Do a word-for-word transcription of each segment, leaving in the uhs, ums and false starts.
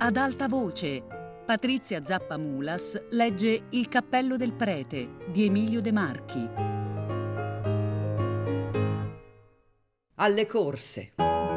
Ad alta voce, Patrizia Zappamulas legge Il cappello del prete di Emilio De Marchi. Alle corse.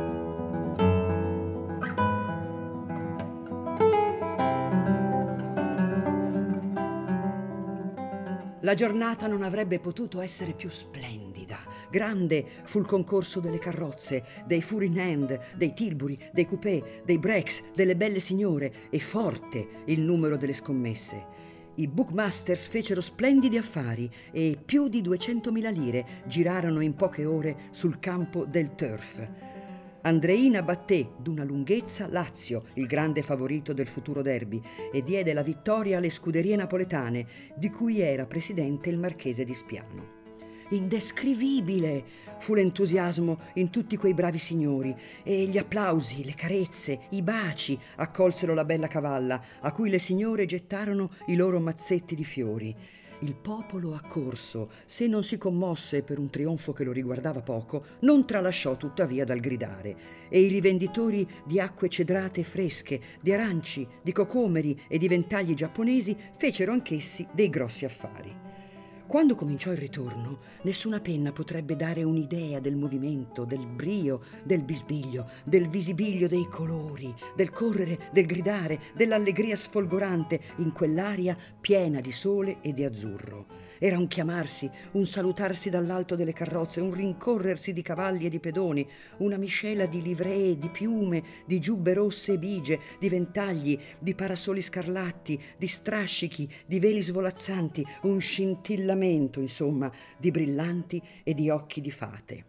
La giornata non avrebbe potuto essere più splendida. Grande fu il concorso delle carrozze, dei four in hand, dei tilburi, dei coupé, dei breaks, delle belle signore, e forte il numero delle scommesse. I bookmasters fecero splendidi affari e più di duecentomila lire girarono in poche ore sul campo del turf. Andreina batté d'una lunghezza Lazio, il grande favorito del futuro derby, e diede la vittoria alle scuderie napoletane, di cui era presidente il marchese di Spiano. Indescrivibile fu l'entusiasmo in tutti quei bravi signori, e gli applausi, le carezze, i baci accolsero la bella cavalla, a cui le signore gettarono i loro mazzetti di fiori. Il popolo accorso, se non si commosse per un trionfo che lo riguardava poco, non tralasciò tuttavia dal gridare, e i rivenditori di acque cedrate e fresche, di aranci, di cocomeri e di ventagli giapponesi fecero anch'essi dei grossi affari. Quando cominciò il ritorno, nessuna penna potrebbe dare un'idea del movimento, del brio, del bisbiglio, del visibiglio dei colori, del correre, del gridare, dell'allegria sfolgorante in quell'aria piena di sole e di azzurro. Era un chiamarsi, un salutarsi dall'alto delle carrozze, un rincorrersi di cavalli e di pedoni, una miscela di livree, di piume, di giubbe rosse e bigie, di ventagli, di parasoli scarlatti, di strascichi, di veli svolazzanti, un scintillamento, insomma, di brillanti e di occhi di fate.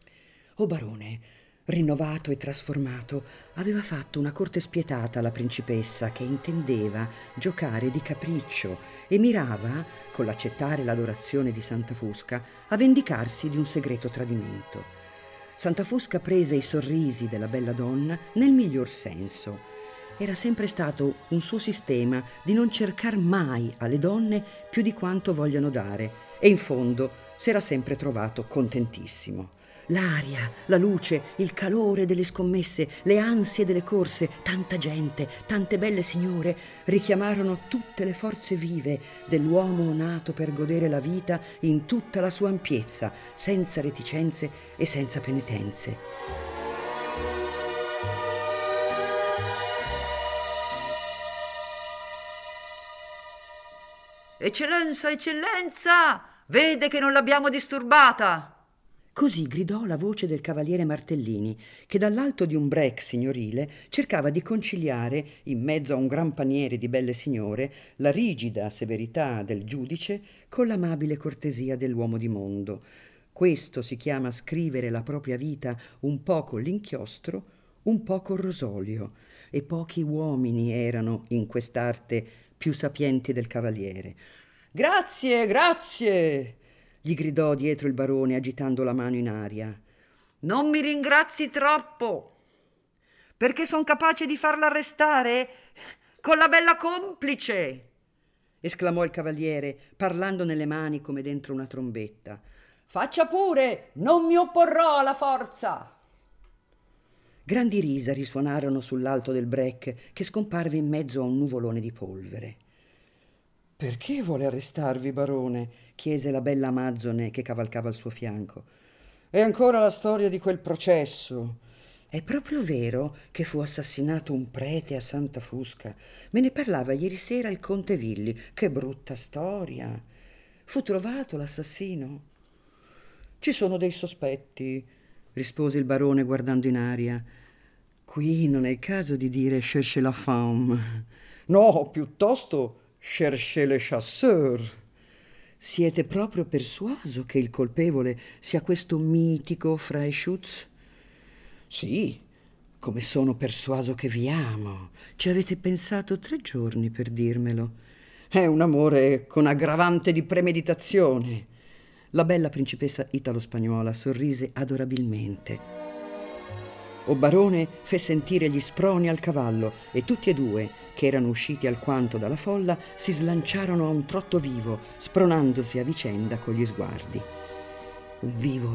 O barone, rinnovato e trasformato, aveva fatto una corte spietata alla principessa che intendeva giocare di capriccio e mirava, con l'accettare l'adorazione di Santa Fusca, a vendicarsi di un segreto tradimento. Santa Fusca prese i sorrisi della bella donna nel miglior senso. Era sempre stato un suo sistema di non cercar mai alle donne più di quanto vogliono dare, e in fondo s'era sempre trovato contentissimo. L'aria, la luce, il calore delle scommesse, le ansie delle corse, tanta gente, tante belle signore richiamarono tutte le forze vive dell'uomo nato per godere la vita in tutta la sua ampiezza, senza reticenze e senza penitenze. Eccellenza, eccellenza, vede che non l'abbiamo disturbata. Così gridò la voce del cavaliere Martellini, che dall'alto di un break signorile cercava di conciliare, in mezzo a un gran paniere di belle signore, la rigida severità del giudice con l'amabile cortesia dell'uomo di mondo. Questo si chiama scrivere la propria vita un po' con l'inchiostro, un po' col rosolio, e pochi uomini erano in quest'arte più sapienti del cavaliere. «Grazie, grazie!» gli gridò dietro il barone agitando la mano in aria. «Non mi ringrazi troppo, perché son capace di farla arrestare con la bella complice!» esclamò il cavaliere, parlando nelle mani come dentro una trombetta. «Faccia pure, non mi opporrò alla forza!» Grandi risa risuonarono sull'alto del break, che scomparve in mezzo a un nuvolone di polvere. «Perché vuole arrestarvi, barone?» chiese la bella amazzone che cavalcava al suo fianco. «È ancora la storia di quel processo». «È proprio vero che fu assassinato un prete a Santa Fusca. Me ne parlava ieri sera il conte Villi. Che brutta storia. Fu trovato l'assassino?» «Ci sono dei sospetti», rispose il barone guardando in aria. «Qui non è il caso di dire cherchez la femme. No, piuttosto cherchez les chasseurs». «Siete proprio persuaso che il colpevole sia questo mitico Freischütz?» «Sì, come sono persuaso che vi amo. Ci avete pensato tre giorni per dirmelo. È un amore con aggravante di premeditazione». La bella principessa italo-spagnola sorrise adorabilmente. O barone fe sentire gli sproni al cavallo, e tutti e due, che erano usciti alquanto dalla folla, si slanciarono a un trotto vivo, spronandosi a vicenda con gli sguardi. Un vivo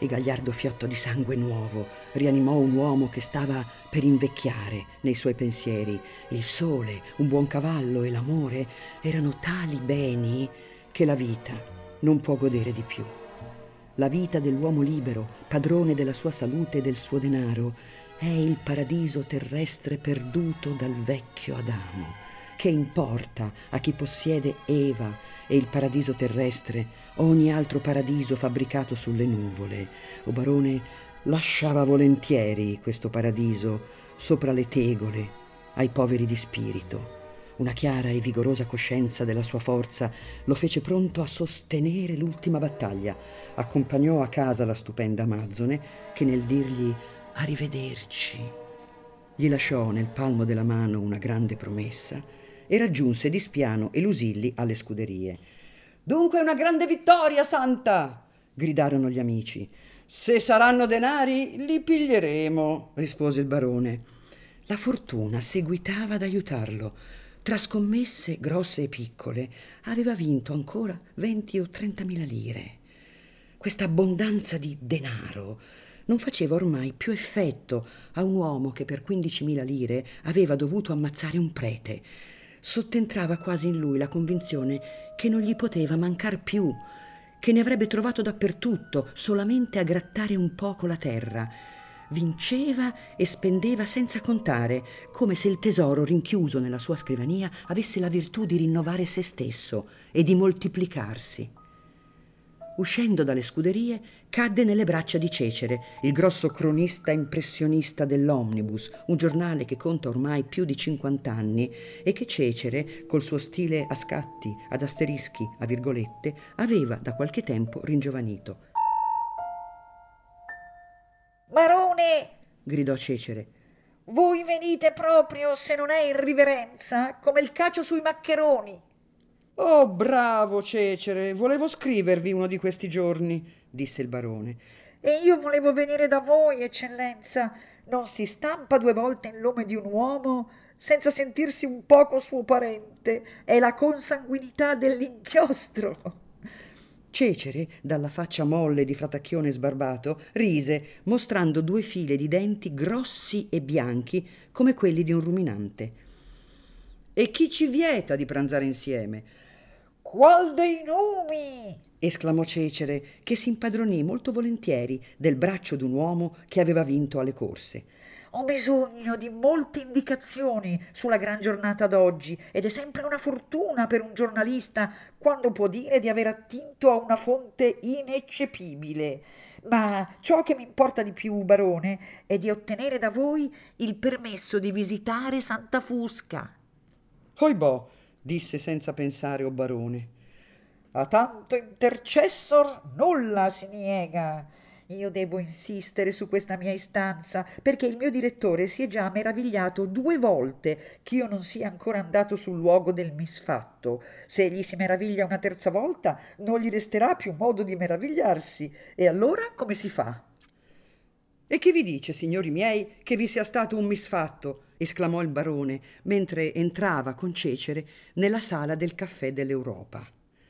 e gagliardo fiotto di sangue nuovo rianimò un uomo che stava per invecchiare nei suoi pensieri. Il sole, un buon cavallo e l'amore erano tali beni che la vita non può godere di più. La vita dell'uomo libero, padrone della sua salute e del suo denaro, è il paradiso terrestre perduto dal vecchio Adamo. Che importa a chi possiede Eva e il paradiso terrestre ogni altro paradiso fabbricato sulle nuvole? O barone lasciava volentieri questo paradiso sopra le tegole ai poveri di spirito. Una chiara e vigorosa coscienza della sua forza lo fece pronto a sostenere l'ultima battaglia. Accompagnò a casa la stupenda Amazzone che nel dirgli arrivederci gli lasciò nel palmo della mano una grande promessa e raggiunse di spiano e Lusilli alle scuderie. «Dunque una grande vittoria, santa!» gridarono gli amici. «Se saranno denari li piglieremo», rispose il barone. La fortuna seguitava ad aiutarlo. Tra scommesse grosse e piccole aveva vinto ancora venti o trentamila lire. Questa abbondanza di denaro non faceva ormai più effetto a un uomo che per quindicimila lire aveva dovuto ammazzare un prete. Sottentrava quasi in lui la convinzione che non gli poteva mancar più, che ne avrebbe trovato dappertutto, solamente a grattare un poco la terra. Vinceva e spendeva senza contare, come se il tesoro rinchiuso nella sua scrivania avesse la virtù di rinnovare se stesso e di moltiplicarsi. Uscendo dalle scuderie, cadde nelle braccia di Cecere, il grosso cronista impressionista dell'Omnibus, un giornale che conta ormai più di cinquant'anni e che Cecere, col suo stile a scatti, ad asterischi, a virgolette, aveva da qualche tempo ringiovanito. «Barone!» gridò Cecere. «Voi venite proprio, se non è irriverenza, come il cacio sui maccheroni!» «Oh, bravo Cecere, volevo scrivervi uno di questi giorni», disse il barone. «E io volevo venire da voi, eccellenza. Non si stampa due volte il nome di un uomo senza sentirsi un poco suo parente. È la consanguinità dell'inchiostro». Cecere, dalla faccia molle di fratacchione sbarbato, rise, mostrando due file di denti grossi e bianchi come quelli di un ruminante. «E chi ci vieta di pranzare insieme?» «Qual dei numi?» esclamò Cecere, che si impadronì molto volentieri del braccio d'un uomo che aveva vinto alle corse. «Ho bisogno di molte indicazioni sulla gran giornata d'oggi ed è sempre una fortuna per un giornalista quando può dire di aver attinto a una fonte ineccepibile. Ma ciò che mi importa di più, barone, è di ottenere da voi il permesso di visitare Santa Fusca». «Oibò», disse senza pensare o barone. «A tanto intercessor nulla si niega. Io devo insistere su questa mia istanza perché il mio direttore si è già meravigliato due volte ch'io non sia ancora andato sul luogo del misfatto. Se egli si meraviglia una terza volta non gli resterà più modo di meravigliarsi. E allora come si fa?» «E chi vi dice, signori miei, che vi sia stato un misfatto?» esclamò il barone, mentre entrava con Cecere nella sala del caffè dell'Europa.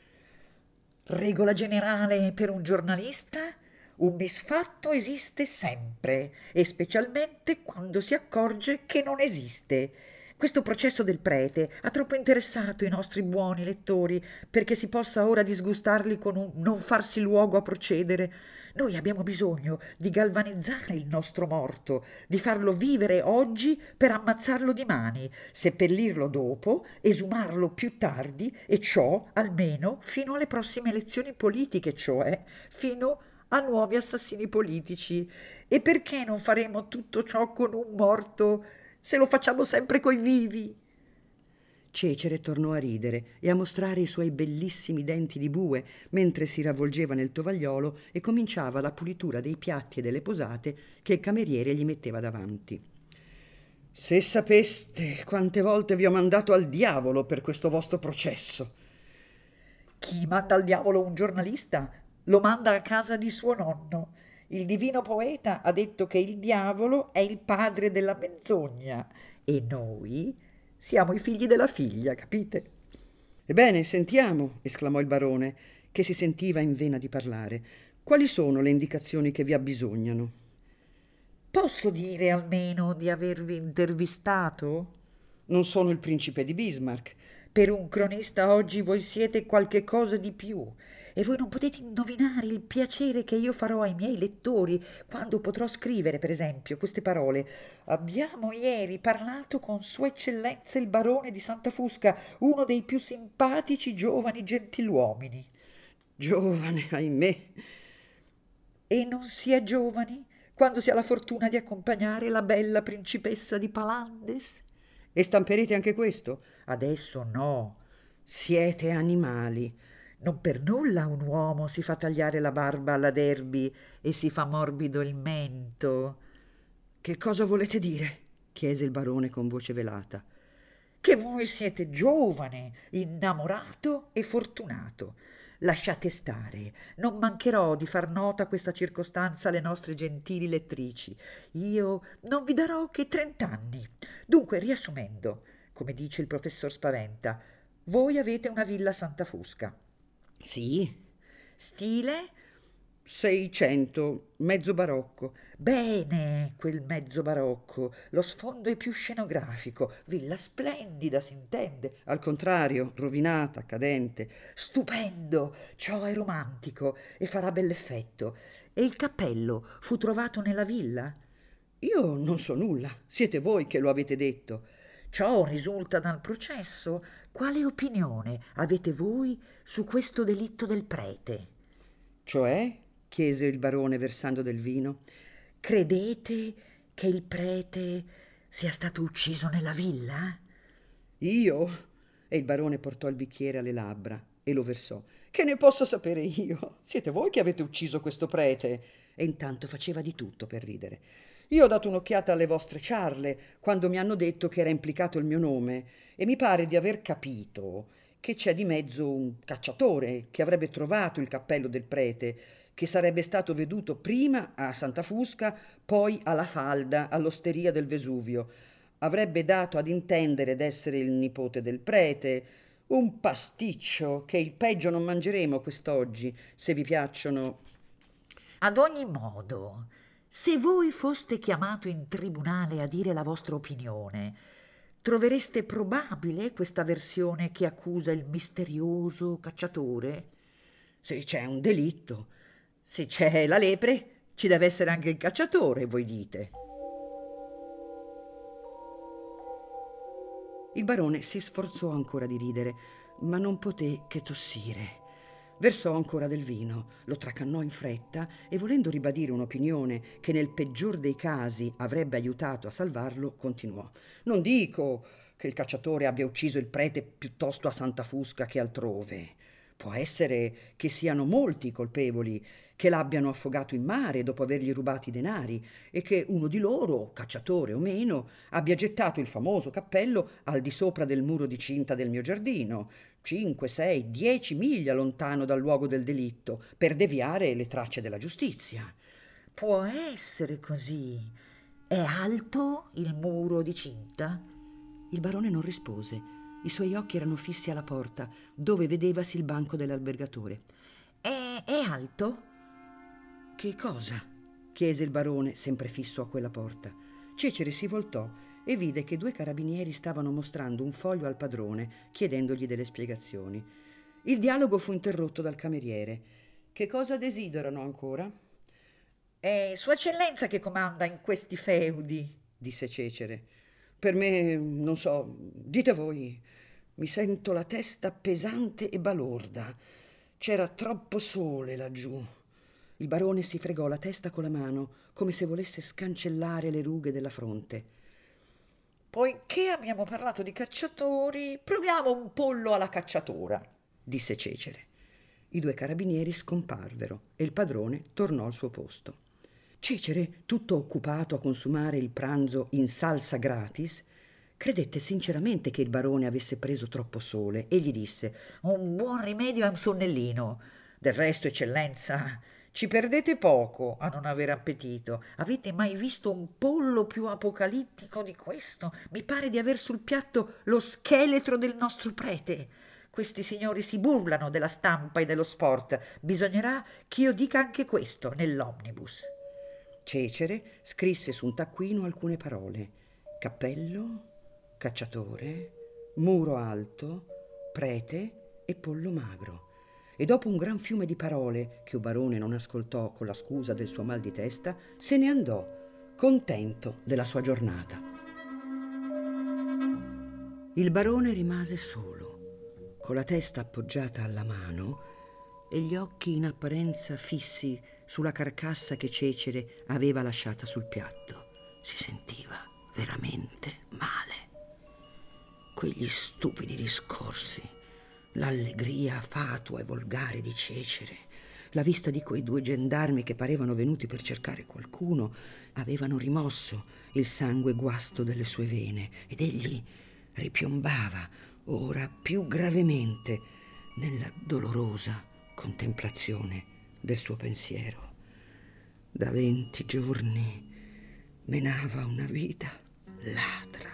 «Regola generale per un giornalista? Un misfatto esiste sempre, e specialmente quando si accorge che non esiste. Questo processo del prete ha troppo interessato i nostri buoni lettori perché si possa ora disgustarli con un non farsi luogo a procedere. Noi abbiamo bisogno di galvanizzare il nostro morto, di farlo vivere oggi per ammazzarlo dimani, seppellirlo dopo, esumarlo più tardi, e ciò almeno fino alle prossime elezioni politiche, cioè fino a nuovi assassini politici. E perché non faremo tutto ciò con un morto se lo facciamo sempre coi vivi?» Cecere tornò a ridere e a mostrare i suoi bellissimi denti di bue mentre si ravvolgeva nel tovagliolo e cominciava la pulitura dei piatti e delle posate che il cameriere gli metteva davanti. «Se sapeste quante volte vi ho mandato al diavolo per questo vostro processo!» «Chi manda al diavolo un giornalista lo manda a casa di suo nonno. Il divino poeta ha detto che il diavolo è il padre della menzogna e noi siamo i figli della figlia, capite?» «Ebbene, sentiamo», esclamò il barone, che si sentiva in vena di parlare. Quali sono le indicazioni che vi abbisognano? Posso dire almeno di avervi intervistato? Non sono il principe di Bismarck. Per un cronista oggi voi siete qualche cosa di più e voi non potete indovinare il piacere che io farò ai miei lettori quando potrò scrivere, per esempio, queste parole. Abbiamo ieri parlato con Sua Eccellenza il barone di Santa Fusca, uno dei più simpatici giovani gentiluomini. Giovane, ahimè. E non si è giovani quando si ha la fortuna di accompagnare la bella principessa di Palandes? E stamperete anche questo? Adesso no. Siete animali. Non per nulla un uomo si fa tagliare la barba alla Derby e si fa morbido il mento. Che cosa volete dire? Chiese il barone con voce velata. Che voi siete giovane, innamorato e fortunato. Lasciate stare, non mancherò di far nota questa circostanza alle nostre gentili lettrici. Io non vi darò che trent'anni. Dunque, riassumendo, come dice il professor Spaventa, voi avete una villa a Santa Fusca. Sì. Stile? Seicento, mezzo barocco. Bene, quel mezzo barocco. Lo sfondo è più scenografico. Villa splendida, s'intende. Al contrario, rovinata, cadente. Stupendo, ciò è romantico e farà bell'effetto. E il cappello fu trovato nella villa? Io non so nulla, siete voi che lo avete detto. Ciò risulta dal processo. Quale opinione avete voi su questo delitto del prete? Cioè? Chiese il barone versando del vino. Credete che il prete sia stato ucciso nella villa? Io? E il barone portò il bicchiere alle labbra e lo versò. Che ne posso sapere io? Siete voi che avete ucciso questo prete? E intanto faceva di tutto per ridere. Io ho dato un'occhiata alle vostre ciarle quando mi hanno detto che era implicato il mio nome e mi pare di aver capito che c'è di mezzo un cacciatore che avrebbe trovato il cappello del prete, che sarebbe stato veduto prima a Santa Fusca, poi alla Falda, all'osteria del Vesuvio. Avrebbe dato ad intendere d'essere il nipote del prete. Un pasticcio che il peggio non mangeremo quest'oggi, se vi piacciono. Ad ogni modo, se voi foste chiamato in tribunale a dire la vostra opinione, trovereste probabile questa versione che accusa il misterioso cacciatore? Se c'è un delitto, se c'è la lepre, ci deve essere anche il cacciatore, voi dite. Il barone si sforzò ancora di ridere, ma non poté che tossire. Versò ancora del vino, lo tracannò in fretta e, volendo ribadire un'opinione che nel peggior dei casi avrebbe aiutato a salvarlo, continuò. Non dico che il cacciatore abbia ucciso il prete piuttosto a Santa Fusca che altrove. Può essere che siano molti i colpevoli, che l'abbiano affogato in mare dopo avergli rubati i denari e che uno di loro, cacciatore o meno, abbia gettato il famoso cappello al di sopra del muro di cinta del mio giardino, cinque, sei, dieci miglia lontano dal luogo del delitto, per deviare le tracce della giustizia. Può essere così. È alto il muro di cinta? Il barone non rispose. I suoi occhi erano fissi alla porta, dove vedevasi il banco dell'albergatore. È, è alto? Che cosa? Chiese il barone, sempre fisso a quella porta. Cecere si voltò e vide che due carabinieri stavano mostrando un foglio al padrone, chiedendogli delle spiegazioni. Il dialogo fu interrotto dal cameriere. Che cosa desiderano ancora? È Sua Eccellenza che comanda in questi feudi, disse Cecere. Per me, non so, dite voi. Mi sento la testa pesante e balorda. C'era troppo sole laggiù. Il barone si fregò la testa con la mano, come se volesse scancellare le rughe della fronte. Poiché abbiamo parlato di cacciatori, proviamo un pollo alla cacciatora, disse Cecere. I due carabinieri scomparvero e il padrone tornò al suo posto. Cecere, tutto occupato a consumare il pranzo in salsa gratis, credette sinceramente che il barone avesse preso troppo sole e gli disse: un buon rimedio è un sonnellino. Del resto, Eccellenza, ci perdete poco a non avere appetito. Avete mai visto un pollo più apocalittico di questo? Mi pare di aver sul piatto lo scheletro del nostro prete. Questi signori si burlano della stampa e dello sport. Bisognerà che io dica anche questo nell'omnibus. Cecere scrisse su un taccuino alcune parole: cappello, cacciatore, muro alto, prete e pollo magro. E dopo un gran fiume di parole, che Ubarone non ascoltò con la scusa del suo mal di testa, se ne andò, contento della sua giornata. Il barone rimase solo, con la testa appoggiata alla mano e gli occhi in apparenza fissi sulla carcassa che Cecere aveva lasciata sul piatto. Si sentiva veramente male. Quegli stupidi discorsi, l'allegria fatua e volgare di Cecere, la vista di quei due gendarmi che parevano venuti per cercare qualcuno, avevano rimosso il sangue guasto delle sue vene ed egli ripiombava ora più gravemente nella dolorosa contemplazione del suo pensiero. Da venti giorni menava una vita ladra,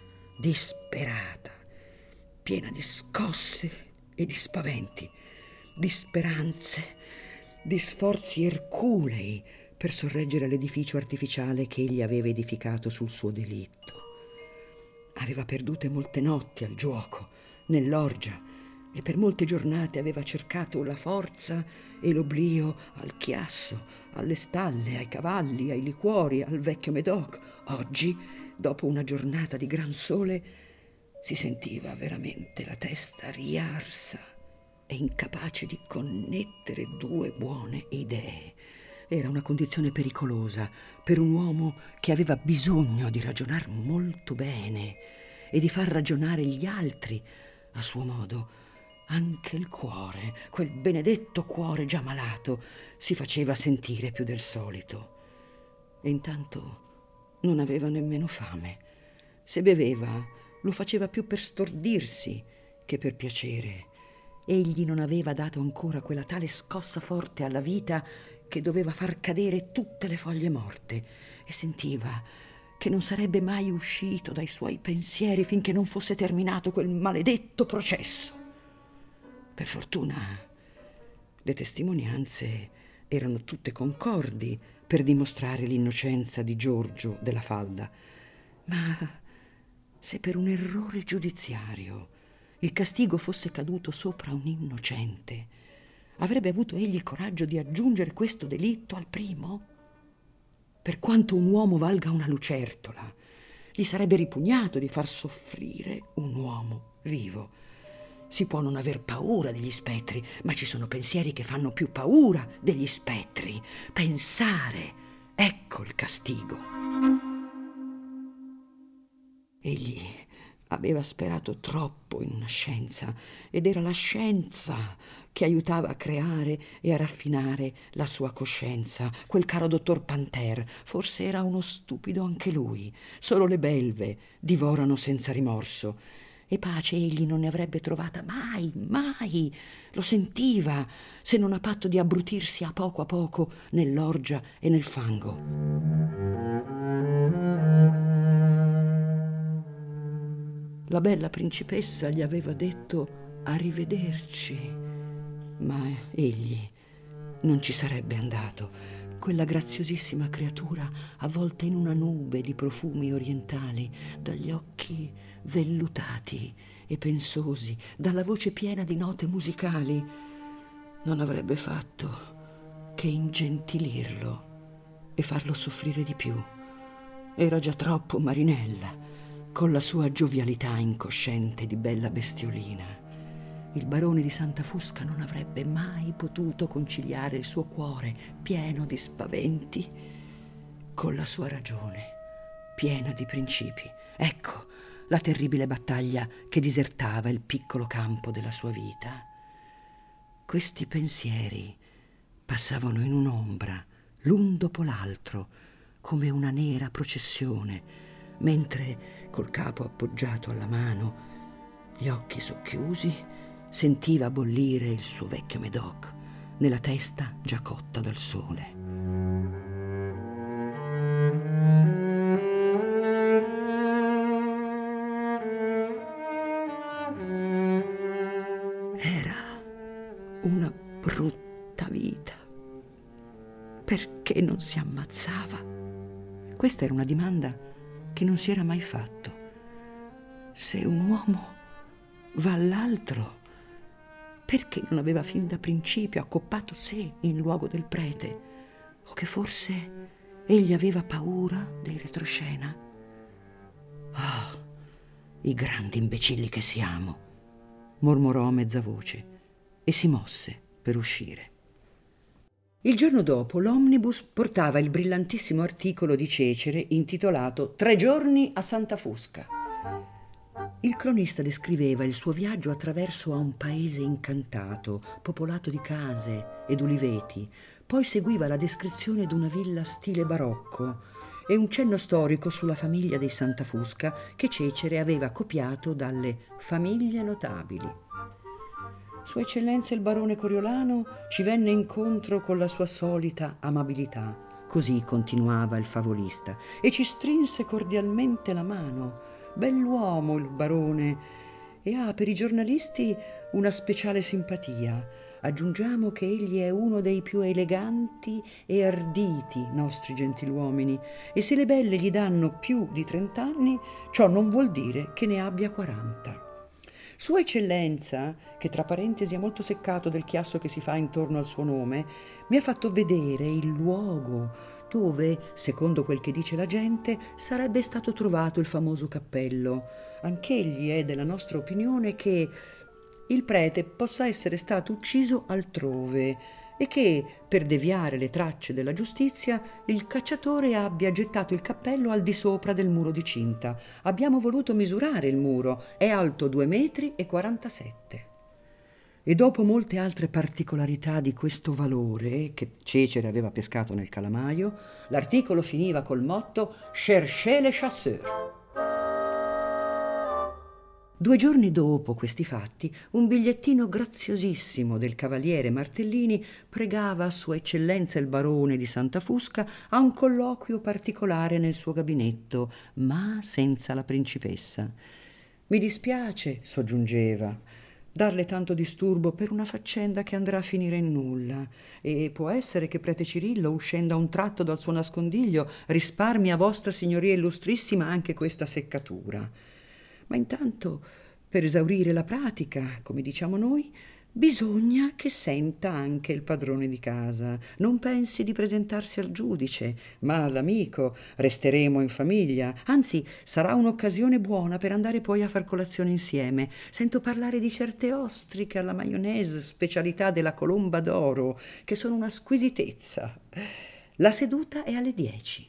disperata, piena di scosse e di spaventi, di speranze, di sforzi erculei per sorreggere l'edificio artificiale che egli aveva edificato sul suo delitto. Aveva perdute molte notti al giuoco, nell'orgia, e per molte giornate aveva cercato la forza e l'oblio al chiasso, alle stalle, ai cavalli, ai liquori, al vecchio Medoc. Oggi, dopo una giornata di gran sole, si sentiva veramente la testa riarsa e incapace di connettere due buone idee. Era una condizione pericolosa per un uomo che aveva bisogno di ragionar molto bene e di far ragionare gli altri a suo modo. Anche il cuore, quel benedetto cuore già malato, si faceva sentire più del solito. E intanto non aveva nemmeno fame. Se beveva, lo faceva più per stordirsi che per piacere. Egli non aveva dato ancora quella tale scossa forte alla vita che doveva far cadere tutte le foglie morte, e sentiva che non sarebbe mai uscito dai suoi pensieri finché non fosse terminato quel maledetto processo. Per fortuna le testimonianze erano tutte concordi per dimostrare l'innocenza di Giorgio della Falda, ma se per un errore giudiziario il castigo fosse caduto sopra un innocente, avrebbe avuto egli il coraggio di aggiungere questo delitto al primo? Per quanto un uomo valga una lucertola, gli sarebbe ripugnato di far soffrire un uomo vivo. Si può non aver paura degli spettri, ma ci sono pensieri che fanno più paura degli spettri. Pensare, ecco il castigo. Egli aveva sperato troppo in una scienza, ed era la scienza che aiutava a creare e a raffinare la sua coscienza. Quel caro dottor Panter forse era uno stupido anche lui. Solo le belve divorano senza rimorso. E pace egli non ne avrebbe trovata mai, mai. Lo sentiva, se non a patto di abbrutirsi a poco a poco nell'orgia e nel fango. La bella principessa gli aveva detto arrivederci, ma egli non ci sarebbe andato. Quella graziosissima creatura, avvolta in una nube di profumi orientali, dagli occhi vellutati e pensosi, dalla voce piena di note musicali, non avrebbe fatto che ingentilirlo e farlo soffrire di più. Era già troppo marinella, con la sua giovialità incosciente di bella bestiolina. Il barone di Santa Fusca non avrebbe mai potuto conciliare il suo cuore pieno di spaventi con la sua ragione piena di principi. Ecco la terribile battaglia che disertava il piccolo campo della sua vita. Questi pensieri passavano in un'ombra, l'un dopo l'altro, come una nera processione, mentre col capo appoggiato alla mano, gli occhi socchiusi, sentiva bollire il suo vecchio Medoc nella testa già cotta dal sole. perché non si ammazzava? Questa era una domanda che non si era mai fatto. Se un uomo va all'altro, perché non aveva fin da principio accoppato sé in luogo del prete? O che forse egli aveva paura dei retroscena? Ah, i grandi imbecilli che siamo, mormorò a mezza voce e si mosse per uscire. Il giorno dopo l'omnibus portava il brillantissimo articolo di Cecere intitolato Tre giorni a Santa Fusca. Il cronista descriveva il suo viaggio attraverso a un paese incantato, popolato di case ed uliveti. Poi seguiva la descrizione di una villa stile barocco e un cenno storico sulla famiglia dei Santa Fusca che Cecere aveva copiato dalle famiglie notabili. Sua Eccellenza il barone Coriolano ci venne incontro con la sua solita amabilità, così continuava il favolista, e ci strinse cordialmente la mano. Bell'uomo il barone, e ha per i giornalisti una speciale simpatia. Aggiungiamo che egli è uno dei più eleganti e arditi nostri gentiluomini, e se le belle gli danno più di trent'anni, ciò non vuol dire che ne abbia quaranta. Sua Eccellenza, che tra parentesi è molto seccato del chiasso che si fa intorno al suo nome, mi ha fatto vedere il luogo dove, secondo quel che dice la gente, sarebbe stato trovato il famoso cappello. Anch'egli è della nostra opinione che il prete possa essere stato ucciso altrove e che, per deviare le tracce della giustizia, il cacciatore abbia gettato il cappello al di sopra del muro di cinta. Abbiamo voluto misurare il muro, è alto due metri e quarantasette. E dopo molte altre particolarità di questo valore che Cecere aveva pescato nel calamaio, l'articolo finiva col motto «Cherchez les chasseurs». Due giorni dopo questi fatti, un bigliettino graziosissimo del cavaliere Martellini pregava Sua Eccellenza il barone di Santa Fusca a un colloquio particolare nel suo gabinetto, ma senza la principessa. «Mi dispiace», soggiungeva, «darle tanto disturbo per una faccenda che andrà a finire in nulla, e può essere che prete Cirillo, uscendo a un tratto dal suo nascondiglio, risparmi a vostra signoria illustrissima anche questa seccatura. Ma intanto, per esaurire la pratica, come diciamo noi, bisogna che senta anche il padrone di casa. Non pensi di presentarsi al giudice, ma all'amico. Resteremo in famiglia. Anzi, sarà un'occasione buona per andare poi a far colazione insieme. Sento parlare di certe ostriche alla maionese, specialità della Colomba d'Oro, che sono una squisitezza. La seduta è alle dieci.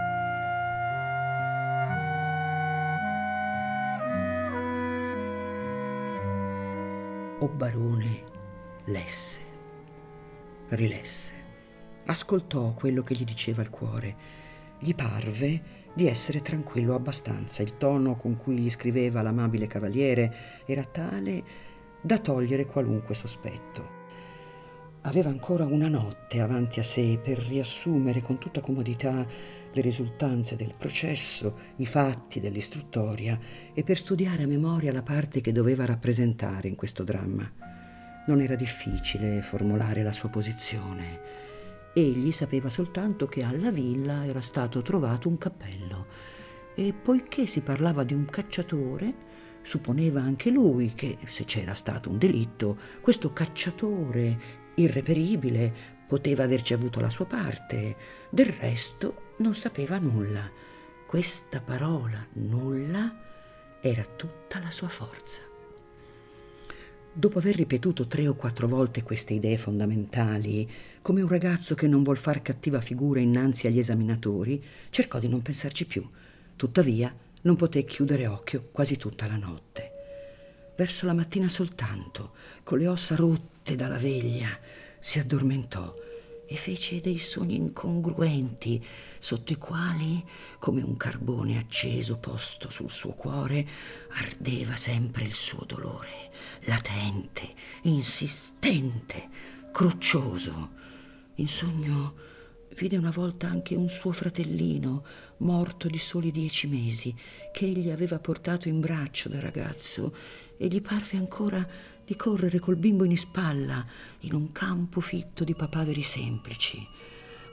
O barone lesse, rilesse, ascoltò quello che gli diceva il cuore. Gli parve di essere tranquillo abbastanza. Il tono con cui gli scriveva l'amabile cavaliere era tale da togliere qualunque sospetto. Aveva ancora una notte avanti a sé per riassumere con tutta comodità le risultanze del processo, i fatti dell'istruttoria e per studiare a memoria la parte che doveva rappresentare in questo dramma. Non era difficile formulare la sua posizione. Egli sapeva soltanto che alla villa era stato trovato un cappello e poiché si parlava di un cacciatore, supponeva anche lui che, se c'era stato un delitto, questo cacciatore irreperibile poteva averci avuto la sua parte. Del resto non sapeva nulla. Questa parola nulla era tutta la sua forza. Dopo aver ripetuto tre o quattro volte queste idee fondamentali, come un ragazzo che non vuol far cattiva figura innanzi agli esaminatori, cercò di non pensarci più. Tuttavia non poté chiudere occhio quasi tutta la notte. Verso la mattina soltanto, con le ossa rotte dalla veglia, si addormentò e fece dei sogni incongruenti, sotto i quali, come un carbone acceso posto sul suo cuore, ardeva sempre il suo dolore, latente, insistente, cruccioso. In sogno vide una volta anche un suo fratellino, morto di soli dieci mesi, che egli aveva portato in braccio da ragazzo, e gli parve ancora di correre col bimbo in spalla in un campo fitto di papaveri semplici.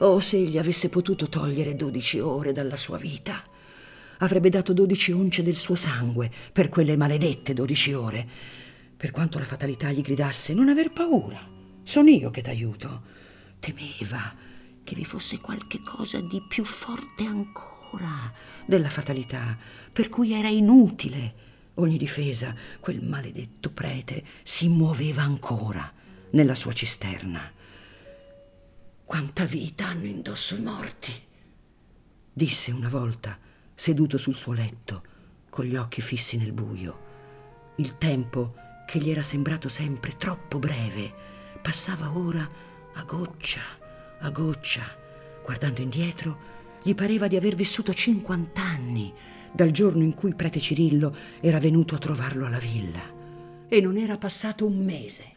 Oh, se egli avesse potuto togliere dodici ore dalla sua vita, avrebbe dato dodici once del suo sangue per quelle maledette dodici ore. Per quanto la fatalità gli gridasse: non aver paura, sono io che t'aiuto, temeva che vi fosse qualche cosa di più forte ancora della fatalità, per cui era inutile ogni difesa. Quel maledetto prete si muoveva ancora nella sua cisterna. Quanta vita hanno indosso i morti, disse una volta, seduto sul suo letto, con gli occhi fissi nel buio. Il tempo, che gli era sembrato sempre troppo breve, passava ora a goccia, a goccia. Guardando indietro, gli pareva di aver vissuto cinquant'anni dal giorno in cui prete Cirillo era venuto a trovarlo alla villa. E non era passato un mese.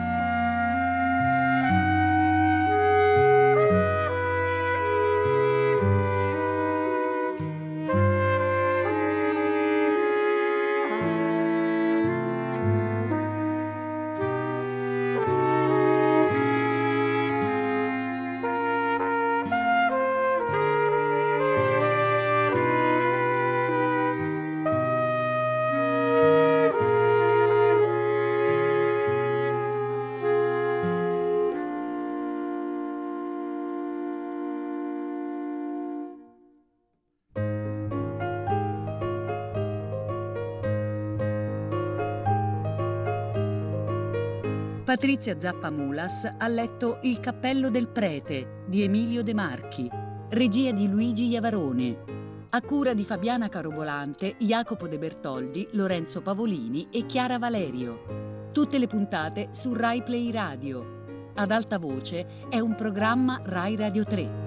Patrizia Zappamulas ha letto Il cappello del prete di Emilio De Marchi, regia di Luigi Iavarone, a cura di Fabiana Carobolante, Jacopo De Bertoldi, Lorenzo Pavolini e Chiara Valerio. Tutte le puntate su Rai Play Radio. Ad alta voce è un programma Rai Radio tre.